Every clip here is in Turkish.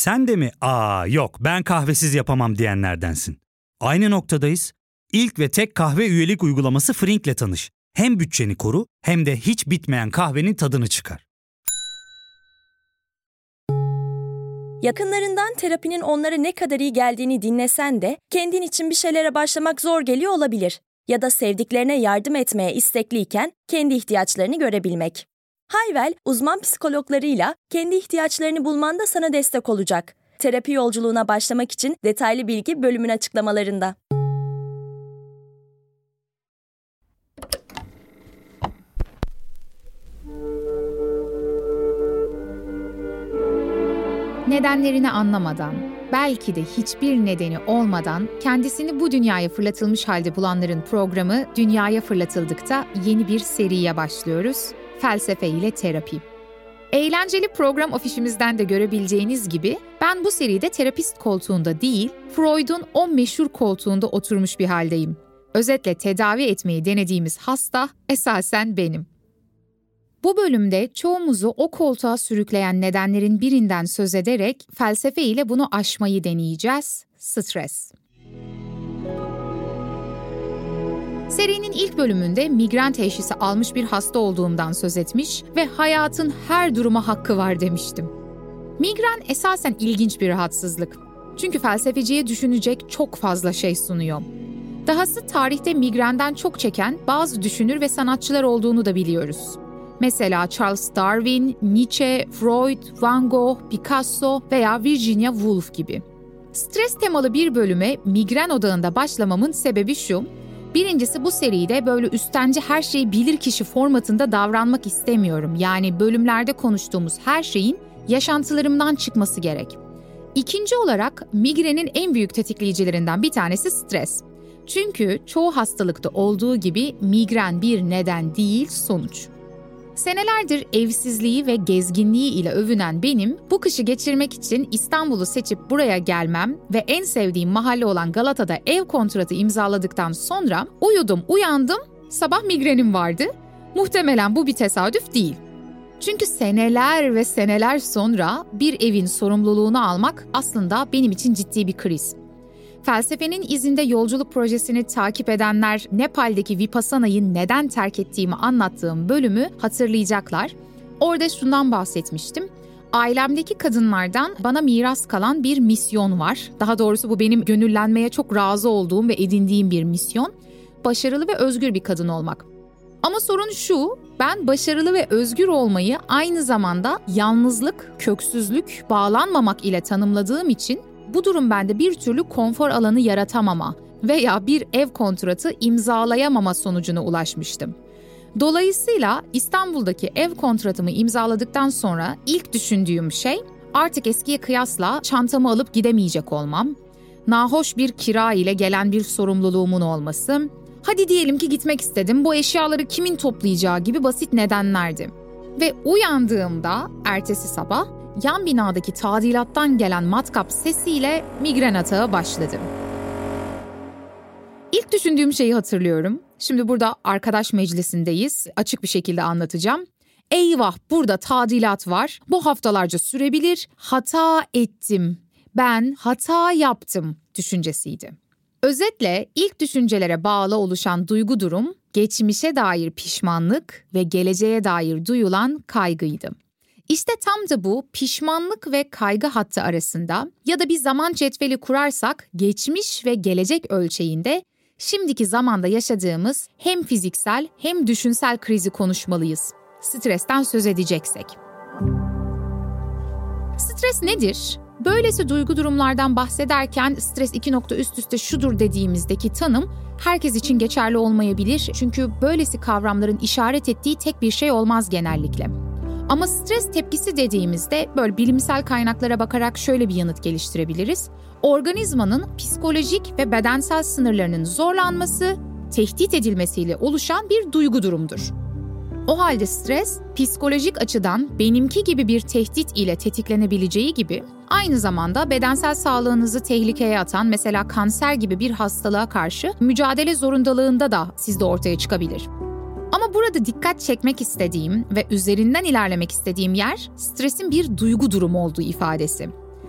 Sen de mi yok ben kahvesiz yapamam diyenlerdensin? Aynı noktadayız. İlk ve tek kahve üyelik uygulaması Frink'le tanış. Hem bütçeni koru hem de hiç bitmeyen kahvenin tadını çıkar. Yakınlarından terapinin onlara ne kadar iyi geldiğini dinlesen de kendin için bir şeylere başlamak zor geliyor olabilir. Ya da sevdiklerine yardım etmeye istekliyken kendi ihtiyaçlarını görebilmek. Hayvel, uzman psikologlarıyla kendi ihtiyaçlarını bulmanda sana destek olacak. Terapi yolculuğuna başlamak için detaylı bilgi bölümün açıklamalarında. Nedenlerini anlamadan, belki de hiçbir nedeni olmadan kendisini bu dünyaya fırlatılmış halde bulanların programı Dünyaya Fırlatıldık'ta yeni bir seriye başlıyoruz. Felsefe ile terapi. Eğlenceli program afişimizden de görebileceğiniz gibi ben bu seride terapist koltuğunda değil, Freud'un o meşhur koltuğunda oturmuş bir haldeyim. Özetle tedavi etmeyi denediğimiz hasta esasen benim. Bu bölümde çoğumuzu o koltuğa sürükleyen nedenlerin birinden söz ederek felsefe ile bunu aşmayı deneyeceğiz. Stres. Serinin ilk bölümünde migren teşhisi almış bir hasta olduğumdan söz etmiş ve hayatın her duruma hakkı var demiştim. Migren esasen ilginç bir rahatsızlık. Çünkü felsefeciye düşünecek çok fazla şey sunuyor. Dahası tarihte migrenden çok çeken bazı düşünür ve sanatçılar olduğunu da biliyoruz. Mesela Charles Darwin, Nietzsche, Freud, Van Gogh, Picasso veya Virginia Woolf gibi. Stres temalı bir bölüme migren odağında başlamamın sebebi şu: birincisi bu seride böyle üstenci her şeyi bilir kişi formatında davranmak istemiyorum. Yani bölümlerde konuştuğumuz her şeyin yaşantılarımdan çıkması gerek. İkinci olarak migrenin en büyük tetikleyicilerinden bir tanesi stres. Çünkü çoğu hastalıkta olduğu gibi migren bir neden değil, sonuç. Senelerdir evsizliği ve gezginliği ile övünen benim bu kışı geçirmek için İstanbul'u seçip buraya gelmem ve en sevdiğim mahalle olan Galata'da ev kontratı imzaladıktan sonra uyandım, sabah migrenim vardı. Muhtemelen bu bir tesadüf değil. Çünkü seneler ve seneler sonra bir evin sorumluluğunu almak aslında benim için ciddi bir kriz. Felsefenin izinde yolculuk projesini takip edenler Nepal'deki Vipassana'yı neden terk ettiğimi anlattığım bölümü hatırlayacaklar. Orada şundan bahsetmiştim. Ailemdeki kadınlardan bana miras kalan bir misyon var. Daha doğrusu bu benim gönüllenmeye çok razı olduğum ve edindiğim bir misyon. Başarılı ve özgür bir kadın olmak. Ama sorun şu, ben başarılı ve özgür olmayı aynı zamanda yalnızlık, köksüzlük, bağlanmamak ile tanımladığım için bu durum bende bir türlü konfor alanı yaratamama veya bir ev kontratı imzalayamama sonucuna ulaşmıştım. Dolayısıyla İstanbul'daki ev kontratımı imzaladıktan sonra ilk düşündüğüm şey artık eskiye kıyasla çantamı alıp gidemeyecek olmam, nahoş bir kira ile gelen bir sorumluluğumun olması, hadi diyelim ki gitmek istedim, bu eşyaları kimin toplayacağı gibi basit nedenlerdi. Ve uyandığımda ertesi sabah yan binadaki tadilattan gelen matkap sesiyle migren atağı başladı. İlk düşündüğüm şeyi hatırlıyorum. Şimdi burada arkadaş meclisindeyiz. Açık bir şekilde anlatacağım. Eyvah, burada tadilat var. Bu haftalarca sürebilir. Hata ettim. Ben hata yaptım düşüncesiydi. Özetle ilk düşüncelere bağlı oluşan duygu durum, geçmişe dair pişmanlık ve geleceğe dair duyulan kaygıydı. İşte tam da bu pişmanlık ve kaygı hattı arasında ya da bir zaman cetveli kurarsak geçmiş ve gelecek ölçeğinde şimdiki zamanda yaşadığımız hem fiziksel hem düşünsel krizi konuşmalıyız. Stresten söz edeceksek. Stres nedir? Böylesi duygu durumlardan bahsederken stres 2 nokta üst üste şudur dediğimizdeki tanım herkes için geçerli olmayabilir. Çünkü böylesi kavramların işaret ettiği tek bir şey olmaz genellikle. Ama stres tepkisi dediğimizde böyle bilimsel kaynaklara bakarak şöyle bir yanıt geliştirebiliriz. Organizmanın psikolojik ve bedensel sınırlarının zorlanması, tehdit edilmesiyle oluşan bir duygu durumdur. O halde stres, psikolojik açıdan benimki gibi bir tehdit ile tetiklenebileceği gibi, aynı zamanda bedensel sağlığınızı tehlikeye atan, mesela kanser gibi bir hastalığa karşı mücadele zorundalığında da sizde ortaya çıkabilir. Ama burada dikkat çekmek istediğim ve üzerinden ilerlemek istediğim yer, stresin bir duygu durumu olduğu ifadesi.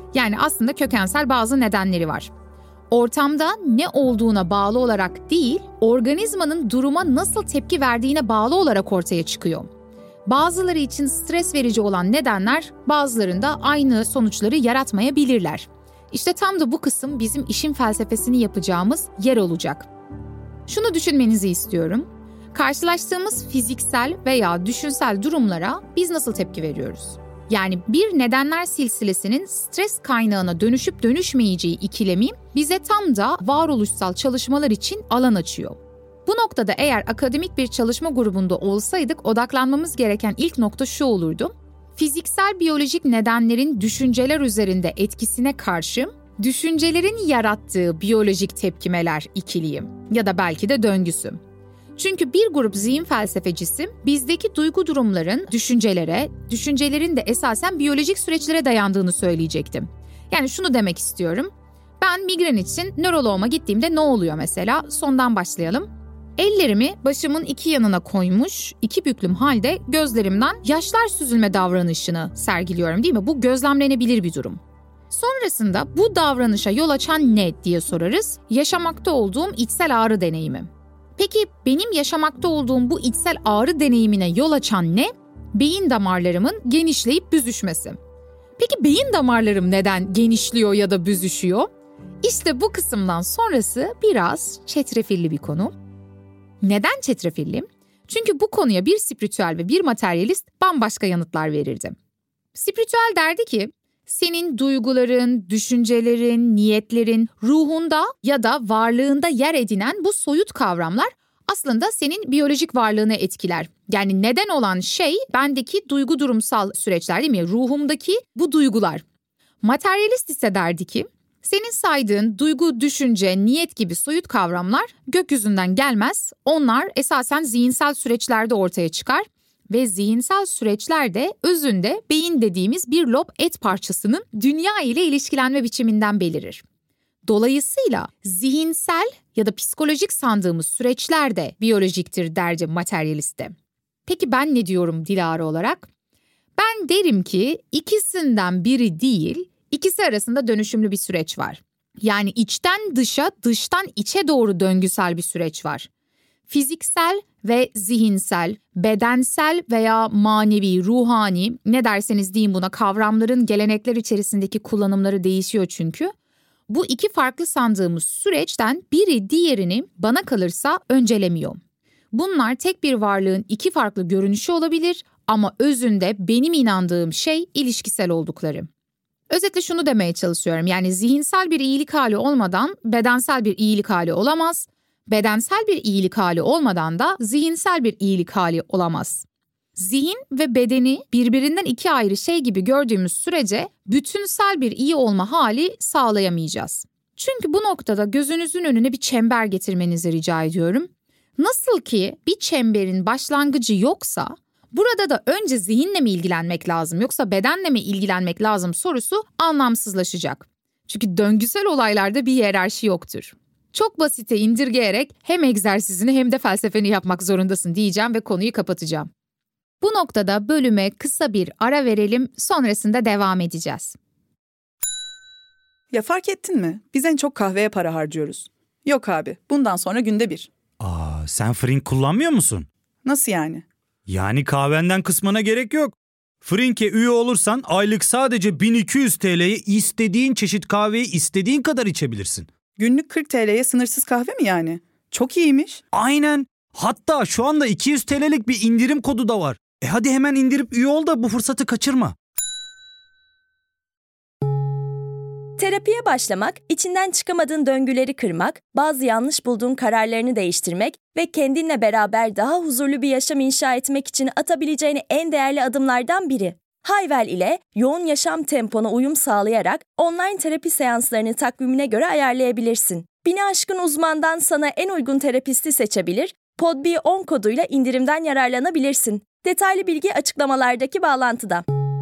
Yani aslında kökensel bazı nedenleri var. Ortamda ne olduğuna bağlı olarak değil, organizmanın duruma nasıl tepki verdiğine bağlı olarak ortaya çıkıyor. Bazıları için stres verici olan nedenler bazılarında aynı sonuçları yaratmayabilirler. İşte tam da bu kısım bizim işin felsefesini yapacağımız yer olacak. Şunu düşünmenizi istiyorum. Karşılaştığımız fiziksel veya düşünsel durumlara biz nasıl tepki veriyoruz? Yani bir nedenler silsilesinin stres kaynağına dönüşüp dönüşmeyeceği ikilemi bize tam da varoluşsal çalışmalar için alan açıyor. Bu noktada eğer akademik bir çalışma grubunda olsaydık odaklanmamız gereken ilk nokta şu olurdu. Fiziksel biyolojik nedenlerin düşünceler üzerinde etkisine karşı düşüncelerin yarattığı biyolojik tepkimeler ikiliği ya da belki de döngüsü. Çünkü bir grup zihin felsefecisi bizdeki duygu durumların düşüncelerin de esasen biyolojik süreçlere dayandığını söyleyecektim. Yani şunu demek istiyorum. Ben migren için nöroloğuma gittiğimde ne oluyor mesela? Sondan başlayalım. Ellerimi başımın iki yanına koymuş, iki büklüm halde gözlerimden yaşlar süzülme davranışını sergiliyorum, değil mi? Bu gözlemlenebilir bir durum. Sonrasında bu davranışa yol açan ne diye sorarız. Yaşamakta olduğum içsel ağrı deneyimi. Peki benim yaşamakta olduğum bu içsel ağrı deneyimine yol açan ne? Beyin damarlarımın genişleyip büzüşmesi. Peki beyin damarlarım neden genişliyor ya da büzüşüyor? İşte bu kısımdan sonrası biraz çetrefilli bir konu. Neden çetrefilli? Çünkü bu konuya bir spiritüel ve bir materyalist bambaşka yanıtlar verirdi. Spiritüel derdi ki, senin duyguların, düşüncelerin, niyetlerin, ruhunda ya da varlığında yer edinen bu soyut kavramlar aslında senin biyolojik varlığını etkiler. Yani neden olan şey bendeki duygu durumsal süreçler, değil mi? Ruhumdaki bu duygular. Materyalist ise derdi ki, senin saydığın duygu, düşünce, niyet gibi soyut kavramlar gökyüzünden gelmez. Onlar esasen zihinsel süreçlerde ortaya çıkar. Ve zihinsel süreçlerde özünde beyin dediğimiz bir lob et parçasının dünya ile ilişkilenme biçiminden belirir. Dolayısıyla zihinsel ya da psikolojik sandığımız süreçler de biyolojiktir derdi materyaliste. Peki ben ne diyorum Dilara olarak? Ben derim ki ikisinden biri değil, ikisi arasında dönüşümlü bir süreç var. Yani içten dışa, dıştan içe doğru döngüsel bir süreç var. Fiziksel ve zihinsel, bedensel veya manevi, ruhani, ne derseniz deyin buna, kavramların gelenekler içerisindeki kullanımları değişiyor çünkü. Bu iki farklı sandığımız süreçten biri diğerini bana kalırsa öncelemiyor. Bunlar tek bir varlığın iki farklı görünüşü olabilir ama özünde benim inandığım şey ilişkisel oldukları. Özetle şunu demeye çalışıyorum, yani zihinsel bir iyilik hali olmadan bedensel bir iyilik hali olamaz. Bedensel bir iyilik hali olmadan da zihinsel bir iyilik hali olamaz. Zihin ve bedeni birbirinden iki ayrı şey gibi gördüğümüz sürece bütünsel bir iyi olma hali sağlayamayacağız. Çünkü bu noktada gözünüzün önüne bir çember getirmenizi rica ediyorum. Nasıl ki bir çemberin başlangıcı yoksa, burada da önce zihinle mi ilgilenmek lazım yoksa bedenle mi ilgilenmek lazım sorusu anlamsızlaşacak. Çünkü döngüsel olaylarda bir hiyerarşi yoktur. Çok basite indirgeyerek hem egzersizini hem de felsefeni yapmak zorundasın diyeceğim ve konuyu kapatacağım. Bu noktada bölüme kısa bir ara verelim, sonrasında devam edeceğiz. Ya fark ettin mi? Biz en çok kahveye para harcıyoruz. Yok abi, bundan sonra günde bir. Sen Frink kullanmıyor musun? Nasıl yani? Yani kahvenden kısmına gerek yok. Frink'e üye olursan aylık sadece 1200 TL'ye istediğin çeşit kahveyi istediğin kadar içebilirsin. Günlük 40 TL'ye sınırsız kahve mi yani? Çok iyiymiş. Aynen. Hatta şu anda 200 TL'lik bir indirim kodu da var. Hadi hemen indirip üye ol da bu fırsatı kaçırma. Terapiye başlamak, içinden çıkamadığın döngüleri kırmak, bazı yanlış bulduğun kararlarını değiştirmek ve kendinle beraber daha huzurlu bir yaşam inşa etmek için atabileceğin en değerli adımlardan biri. Hayvel ile yoğun yaşam tempona uyum sağlayarak online terapi seanslarını takvimine göre ayarlayabilirsin. 1000'i aşkın uzmandan sana en uygun terapisti seçebilir, PodB10 koduyla indirimden yararlanabilirsin. Detaylı bilgi açıklamalardaki bağlantıda.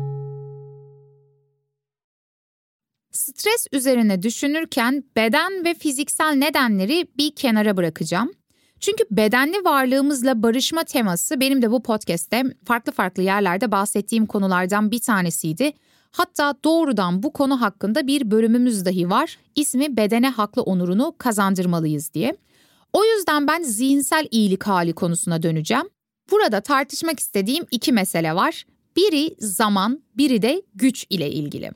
Stres üzerine düşünürken beden ve fiziksel nedenleri bir kenara bırakacağım. Çünkü bedenli varlığımızla barışma teması benim de bu podcast'te farklı yerlerde bahsettiğim konulardan bir tanesiydi. Hatta doğrudan bu konu hakkında bir bölümümüz dahi var. İsmi bedene haklı onurunu kazandırmalıyız diye. O yüzden ben zihinsel iyilik hali konusuna döneceğim. Burada tartışmak istediğim 2 mesele var. Biri zaman, biri de güç ile ilgili.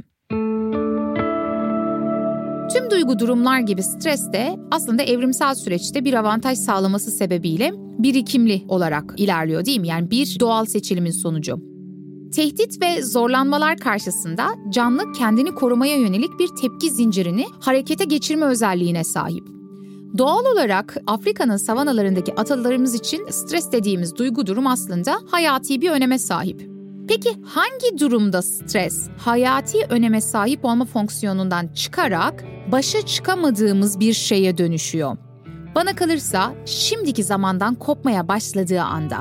Tüm duygu durumlar gibi stres de aslında evrimsel süreçte bir avantaj sağlaması sebebiyle birikimli olarak ilerliyor değil mi? Yani bir doğal seçilimin sonucu. Tehdit ve zorlanmalar karşısında canlı kendini korumaya yönelik bir tepki zincirini harekete geçirme özelliğine sahip. Doğal olarak Afrika'nın savanalarındaki atalarımız için stres dediğimiz duygu durum aslında hayati bir öneme sahip. Peki hangi durumda stres hayati öneme sahip olma fonksiyonundan çıkarak başa çıkamadığımız bir şeye dönüşüyor? Bana kalırsa şimdiki zamandan kopmaya başladığı anda.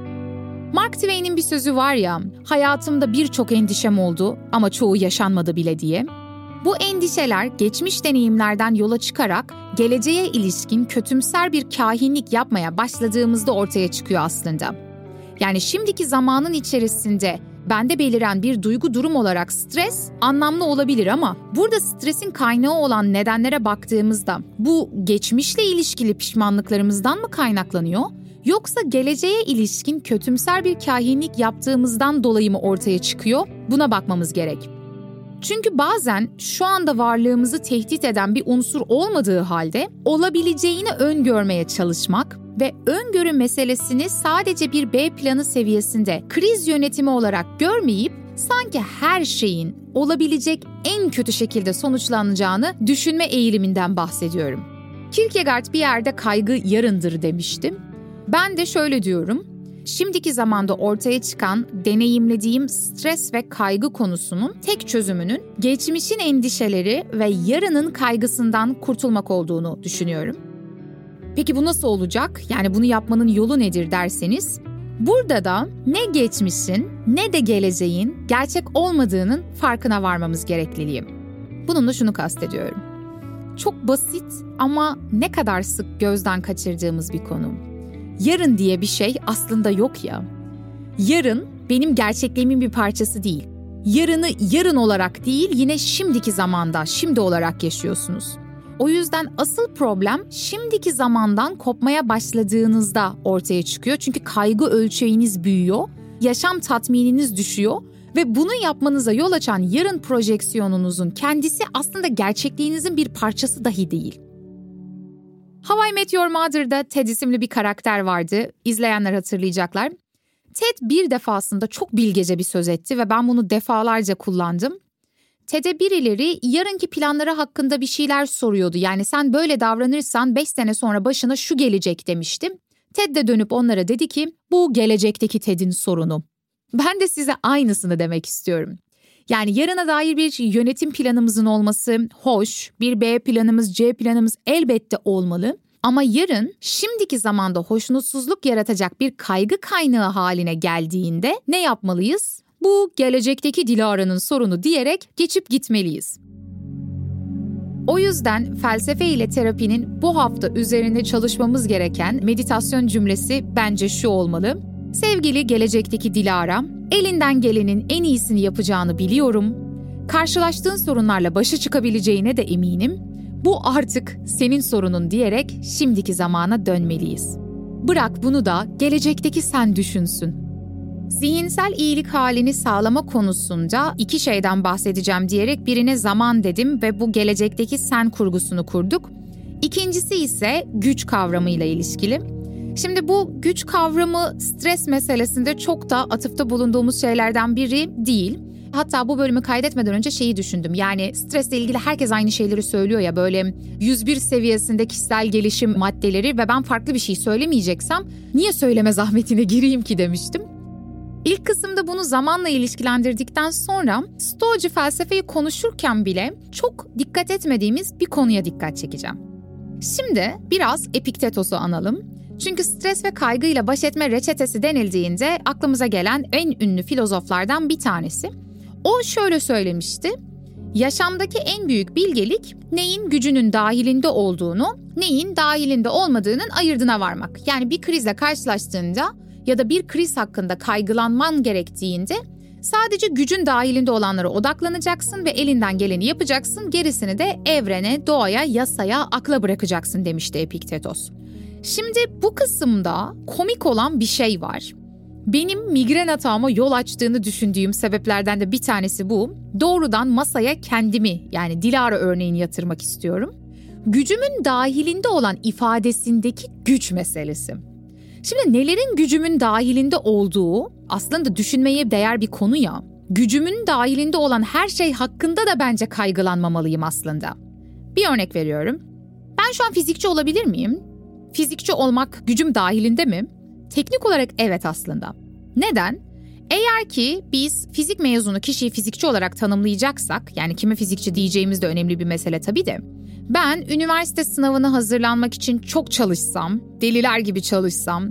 Mark Twain'in bir sözü var ya, hayatımda birçok endişem oldu ama çoğu yaşanmadı bile diye. Bu endişeler geçmiş deneyimlerden yola çıkarak geleceğe ilişkin kötümser bir kahinlik yapmaya başladığımızda ortaya çıkıyor aslında. Yani şimdiki zamanın içerisinde bende beliren bir duygu durum olarak stres anlamlı olabilir ama burada stresin kaynağı olan nedenlere baktığımızda bu geçmişle ilişkili pişmanlıklarımızdan mı kaynaklanıyor? Yoksa geleceğe ilişkin kötümser bir kahinlik yaptığımızdan dolayı mı ortaya çıkıyor? Buna bakmamız gerek. Çünkü bazen şu anda varlığımızı tehdit eden bir unsur olmadığı halde olabileceğini öngörmeye çalışmak ve öngörü meselesini sadece bir B planı seviyesinde kriz yönetimi olarak görmeyip sanki her şeyin olabilecek en kötü şekilde sonuçlanacağını düşünme eğiliminden bahsediyorum. Kierkegaard bir yerde kaygı yarındır demişti. Ben de şöyle diyorum. Şimdiki zamanda ortaya çıkan deneyimlediğim stres ve kaygı konusunun tek çözümünün geçmişin endişeleri ve yarının kaygısından kurtulmak olduğunu düşünüyorum. Peki bu nasıl olacak? Yani bunu yapmanın yolu nedir derseniz, burada da ne geçmişin ne de geleceğin gerçek olmadığının farkına varmamız gerekliliği. Bununla şunu kastediyorum. Çok basit ama ne kadar sık gözden kaçırdığımız bir konu. Yarın diye bir şey aslında yok ya. Yarın benim gerçekliğimin bir parçası değil. Yarını yarın olarak değil, yine şimdiki zamanda, şimdi olarak yaşıyorsunuz. O yüzden asıl problem şimdiki zamandan kopmaya başladığınızda ortaya çıkıyor. Çünkü kaygı ölçeğiniz büyüyor, yaşam tatmininiz düşüyor ve bunu yapmanıza yol açan yarın projeksiyonunuzun kendisi aslında gerçekliğinizin bir parçası dahi değil. How I Met Your Mother'da Ted isimli bir karakter vardı. İzleyenler hatırlayacaklar. Ted bir defasında çok bilgece bir söz etti ve ben bunu defalarca kullandım. Ted'e birileri yarınki planları hakkında bir şeyler soruyordu. Yani sen böyle davranırsan 5 sene sonra başına şu gelecek demiştim. Ted de dönüp onlara dedi ki bu gelecekteki Ted'in sorunu. Ben de size aynısını demek istiyorum. Yani yarına dair bir yönetim planımızın olması hoş, bir B planımız, C planımız elbette olmalı. Ama yarın şimdiki zamanda hoşnutsuzluk yaratacak bir kaygı kaynağı haline geldiğinde ne yapmalıyız? Bu gelecekteki Dilara'nın sorunu diyerek geçip gitmeliyiz. O yüzden felsefe ile terapinin bu hafta üzerinde çalışmamız gereken meditasyon cümlesi bence şu olmalı. Sevgili gelecekteki Dilara, elinden gelenin en iyisini yapacağını biliyorum. Karşılaştığın sorunlarla başa çıkabileceğine de eminim. Bu artık senin sorunun diyerek şimdiki zamana dönmeliyiz. Bırak bunu da gelecekteki sen düşünsün. Zihinsel iyilik halini sağlama konusunda 2 şeyden bahsedeceğim diyerek birine zaman dedim ve bu gelecekteki sen kurgusunu kurduk. İkincisi ise güç kavramıyla ilişkili. Şimdi bu güç kavramı stres meselesinde çok da atıfta bulunduğumuz şeylerden biri değil. Hatta bu bölümü kaydetmeden önce şeyi düşündüm. Yani stresle ilgili herkes aynı şeyleri söylüyor ya, böyle 101 seviyesinde kişisel gelişim maddeleri ve ben farklı bir şey söylemeyeceksem niye söyleme zahmetine gireyim ki demiştim. İlk kısımda bunu zamanla ilişkilendirdikten sonra Stoacı felsefeyi konuşurken bile çok dikkat etmediğimiz bir konuya dikkat çekeceğim. Şimdi biraz Epiktetos'u analım. Çünkü stres ve kaygıyla baş etme reçetesi denildiğinde aklımıza gelen en ünlü filozoflardan bir tanesi. O şöyle söylemişti: yaşamdaki en büyük bilgelik neyin gücünün dahilinde olduğunu, neyin dahilinde olmadığının ayırdına varmak. Yani bir krizle karşılaştığında ya da bir kriz hakkında kaygılanman gerektiğinde Sadece gücün dahilinde olanlara odaklanacaksın ve elinden geleni yapacaksın. Gerisini de evrene, doğaya, yasaya, akla bırakacaksın demişti Epiktetos. Şimdi bu kısımda komik olan bir şey var. Benim migren atağıma yol açtığını düşündüğüm sebeplerden de bir tanesi bu. Doğrudan masaya kendimi, yani Dilara örneğini yatırmak istiyorum. Gücümün dahilinde olan ifadesindeki güç meselesi. Şimdi nelerin gücümün dahilinde olduğu aslında düşünmeye değer bir konu ya. Gücümün dahilinde olan her şey hakkında da bence kaygılanmamalıyım aslında. Bir örnek veriyorum. Ben şu an fizikçi olabilir miyim? Fizikçi olmak gücüm dahilinde mi? Teknik olarak evet aslında. Neden? Eğer ki biz fizik mezunu kişiyi fizikçi olarak tanımlayacaksak, yani kime fizikçi diyeceğimiz de önemli bir mesele tabii de. Ben üniversite sınavına hazırlanmak için çok çalışsam, deliler gibi çalışsam,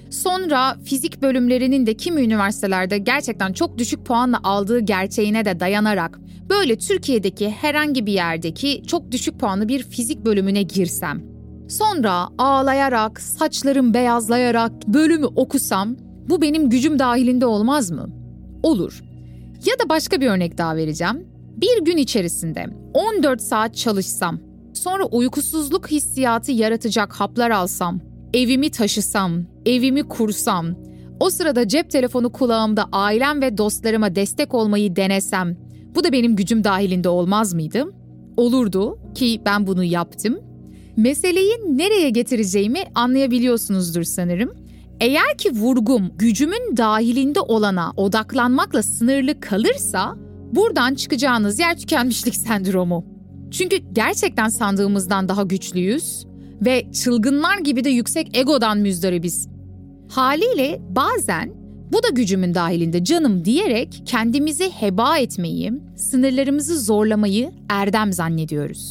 sonra fizik bölümlerinin de kimi üniversitelerde gerçekten çok düşük puanla aldığı gerçeğine de dayanarak, böyle Türkiye'deki herhangi bir yerdeki çok düşük puanlı bir fizik bölümüne girsem, sonra ağlayarak, saçlarım beyazlayarak bölümü okusam, bu benim gücüm dahilinde olmaz mı? Olur. Ya da başka bir örnek daha vereceğim. Bir gün içerisinde 14 saat çalışsam, sonra uykusuzluk hissiyatı yaratacak haplar alsam, evimi taşısam, evimi kursam, o sırada cep telefonu kulağımda ailem ve dostlarıma destek olmayı denesem, bu da benim gücüm dahilinde olmaz mıydı? Olurdu ki ben bunu yaptım. Meseleyi nereye getireceğimi anlayabiliyorsunuzdur sanırım. Eğer ki vurgum gücümün dahilinde olana odaklanmakla sınırlı kalırsa, buradan çıkacağınız yer tükenmişlik sendromu. Çünkü gerçekten sandığımızdan daha güçlüyüz ve çılgınlar gibi de yüksek egodan müzdaribiz. Haliyle bazen bu da gücümün dahilinde canım diyerek kendimizi heba etmeyi, sınırlarımızı zorlamayı erdem zannediyoruz.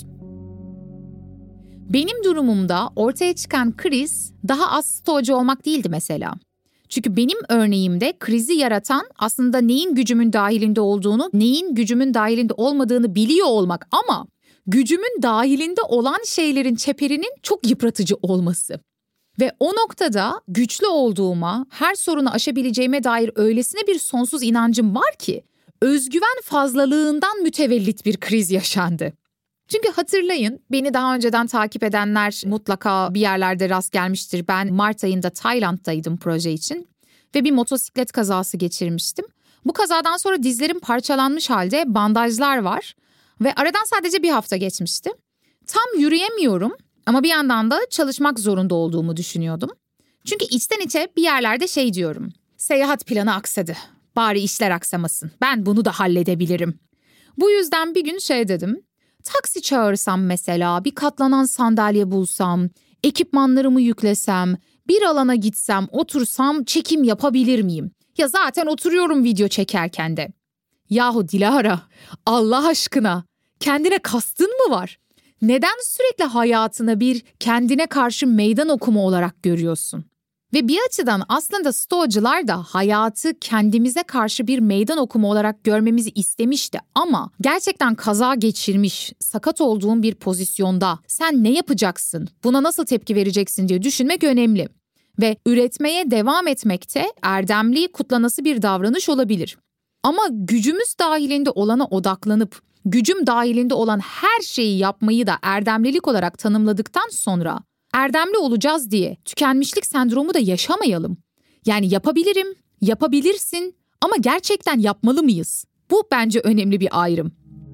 Benim durumumda ortaya çıkan kriz daha az stoacı olmak değildi mesela. Çünkü benim örneğimde krizi yaratan aslında neyin gücümün dahilinde olduğunu, neyin gücümün dahilinde olmadığını biliyor olmak ama gücümün dahilinde olan şeylerin çeperinin çok yıpratıcı olması. Ve o noktada güçlü olduğuma, her sorunu aşabileceğime dair öylesine bir sonsuz inancım var ki, özgüven fazlalığından mütevellit bir kriz yaşandı. Çünkü hatırlayın, beni daha önceden takip edenler mutlaka bir yerlerde rast gelmiştir. Ben Mart ayında Tayland'daydım proje için ve bir motosiklet kazası geçirmiştim. Bu kazadan sonra dizlerim parçalanmış halde, bandajlar var ve aradan sadece bir hafta geçmişti. Tam yürüyemiyorum ama bir yandan da çalışmak zorunda olduğumu düşünüyordum. Çünkü içten içe bir yerlerde şey diyorum, seyahat planı aksadı, bari işler aksamasın, ben bunu da halledebilirim. Bu yüzden bir gün şey dedim, taksi çağırsam mesela, bir katlanan sandalye bulsam, ekipmanlarımı yüklesem, bir alana gitsem, otursam çekim yapabilir miyim? Ya zaten oturuyorum video çekerken de. Yahu Dilara, Allah aşkına kendine kastın mı var? Neden sürekli hayatına bir kendine karşı meydan okuma olarak görüyorsun? Ve bir açıdan aslında stoacılar da hayatı kendimize karşı bir meydan okuma olarak görmemizi istemişti ama gerçekten kaza geçirmiş, sakat olduğun bir pozisyonda sen ne yapacaksın, buna nasıl tepki vereceksin diye düşünmek önemli. Ve üretmeye devam etmekte erdemli, kutlanası bir davranış olabilir. Ama gücümüz dahilinde olana odaklanıp, gücüm dahilinde olan her şeyi yapmayı da erdemlilik olarak tanımladıktan sonra erdemli olacağız diye tükenmişlik sendromu da yaşamayalım. Yani yapabilirim, yapabilirsin ama gerçekten yapmalı mıyız? Bu bence önemli bir ayrım.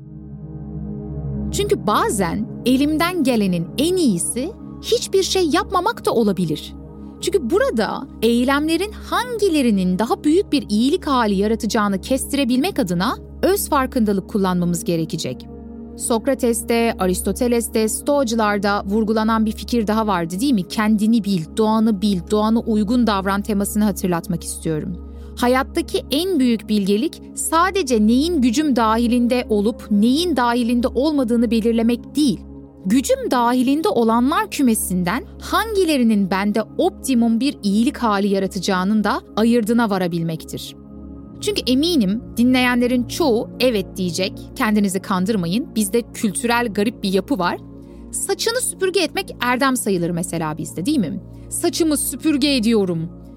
Çünkü bazen elimden gelenin en iyisi hiçbir şey yapmamak da olabilir. Çünkü burada eylemlerin hangilerinin daha büyük bir iyilik hali yaratacağını kestirebilmek adına öz farkındalık kullanmamız gerekecek. Sokrates'te, Aristoteles'te, Stoacılarda vurgulanan bir fikir daha vardı değil mi? Kendini bil, doğana uygun davran temasını hatırlatmak istiyorum. Hayattaki en büyük bilgelik sadece neyin gücüm dahilinde olup neyin dahilinde olmadığını belirlemek değil. Gücüm dahilinde olanlar kümesinden hangilerinin bende optimum bir iyilik hali yaratacağının da ayırdına varabilmektir. Çünkü eminim dinleyenlerin çoğu evet diyecek, kendinizi kandırmayın. Bizde kültürel garip bir yapı var. Saçını süpürge etmek erdem sayılır mesela bizde değil mi? Saçımı süpürge ediyorum.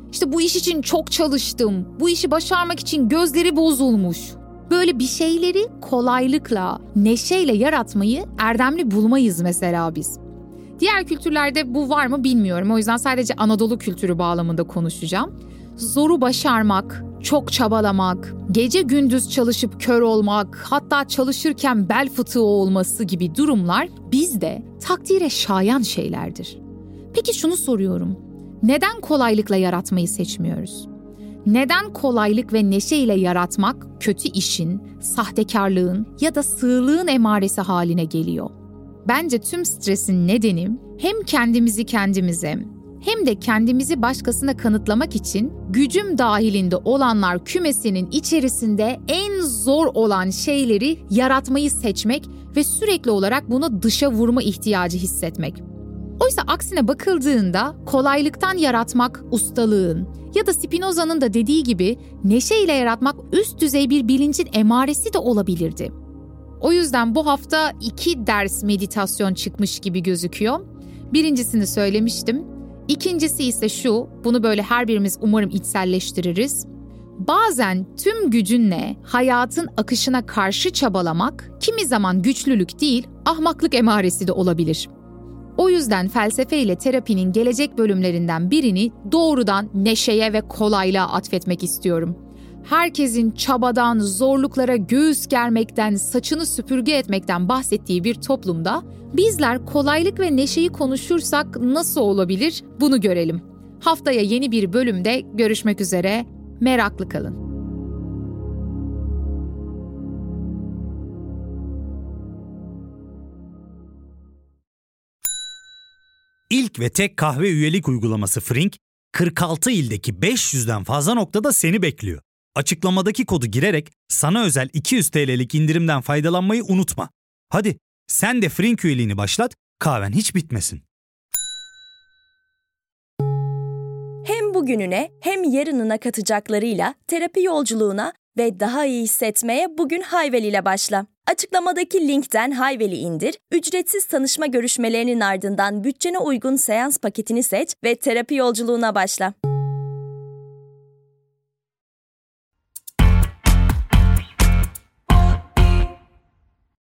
İşte bu iş için çok çalıştım, bu işi başarmak için gözleri bozulmuş. Böyle bir şeyleri kolaylıkla, neşeyle yaratmayı erdemli bulmayız mesela biz. Diğer kültürlerde bu var mı bilmiyorum. O yüzden sadece Anadolu kültürü bağlamında konuşacağım. Zoru başarmak, çok çabalamak, gece gündüz çalışıp kör olmak, hatta çalışırken bel fıtığı olması gibi durumlar bizde takdire şayan şeylerdir. Peki şunu soruyorum. Neden kolaylıkla yaratmayı seçmiyoruz? Neden kolaylık ve neşeyle yaratmak kötü işin, sahtekarlığın ya da sığlığın emaresi haline geliyor? Bence tüm stresin nedeni hem kendimizi kendimize hem de kendimizi başkasına kanıtlamak için gücüm dahilinde olanlar kümesinin içerisinde en zor olan şeyleri yaratmayı seçmek ve sürekli olarak bunu dışa vurma ihtiyacı hissetmek. Oysa aksine bakıldığında kolaylıktan yaratmak ustalığın ya da Spinoza'nın da dediği gibi neşeyle yaratmak üst düzey bir bilincin emaresi de olabilirdi. O yüzden bu hafta 2 ders meditasyon çıkmış gibi gözüküyor. Birincisini söylemiştim. İkincisi ise şu, bunu böyle her birimiz umarım içselleştiririz. Bazen tüm gücünle hayatın akışına karşı çabalamak kimi zaman güçlülük değil, ahmaklık emaresi de olabilir. O yüzden felsefe ile terapinin gelecek bölümlerinden birini doğrudan neşeye ve kolaylığa atfetmek istiyorum. Herkesin çabadan, zorluklara göğüs germekten, saçını süpürge etmekten bahsettiği bir toplumda bizler kolaylık ve neşeyi konuşursak nasıl olabilir bunu görelim. Haftaya yeni bir bölümde görüşmek üzere, meraklı kalın. İlk ve tek kahve üyelik uygulaması Frink, 46 ildeki 500'den fazla noktada seni bekliyor. Açıklamadaki kodu girerek sana özel 200 TL'lik indirimden faydalanmayı unutma. Hadi sen de Frink üyeliğini başlat, kahven hiç bitmesin. Hem bugününe hem yarınına katacaklarıyla terapi yolculuğuna ve daha iyi hissetmeye bugün Hayvel ile başla. Açıklamadaki linkten Hayvel'i indir, ücretsiz tanışma görüşmelerinin ardından bütçene uygun seans paketini seç ve terapi yolculuğuna başla.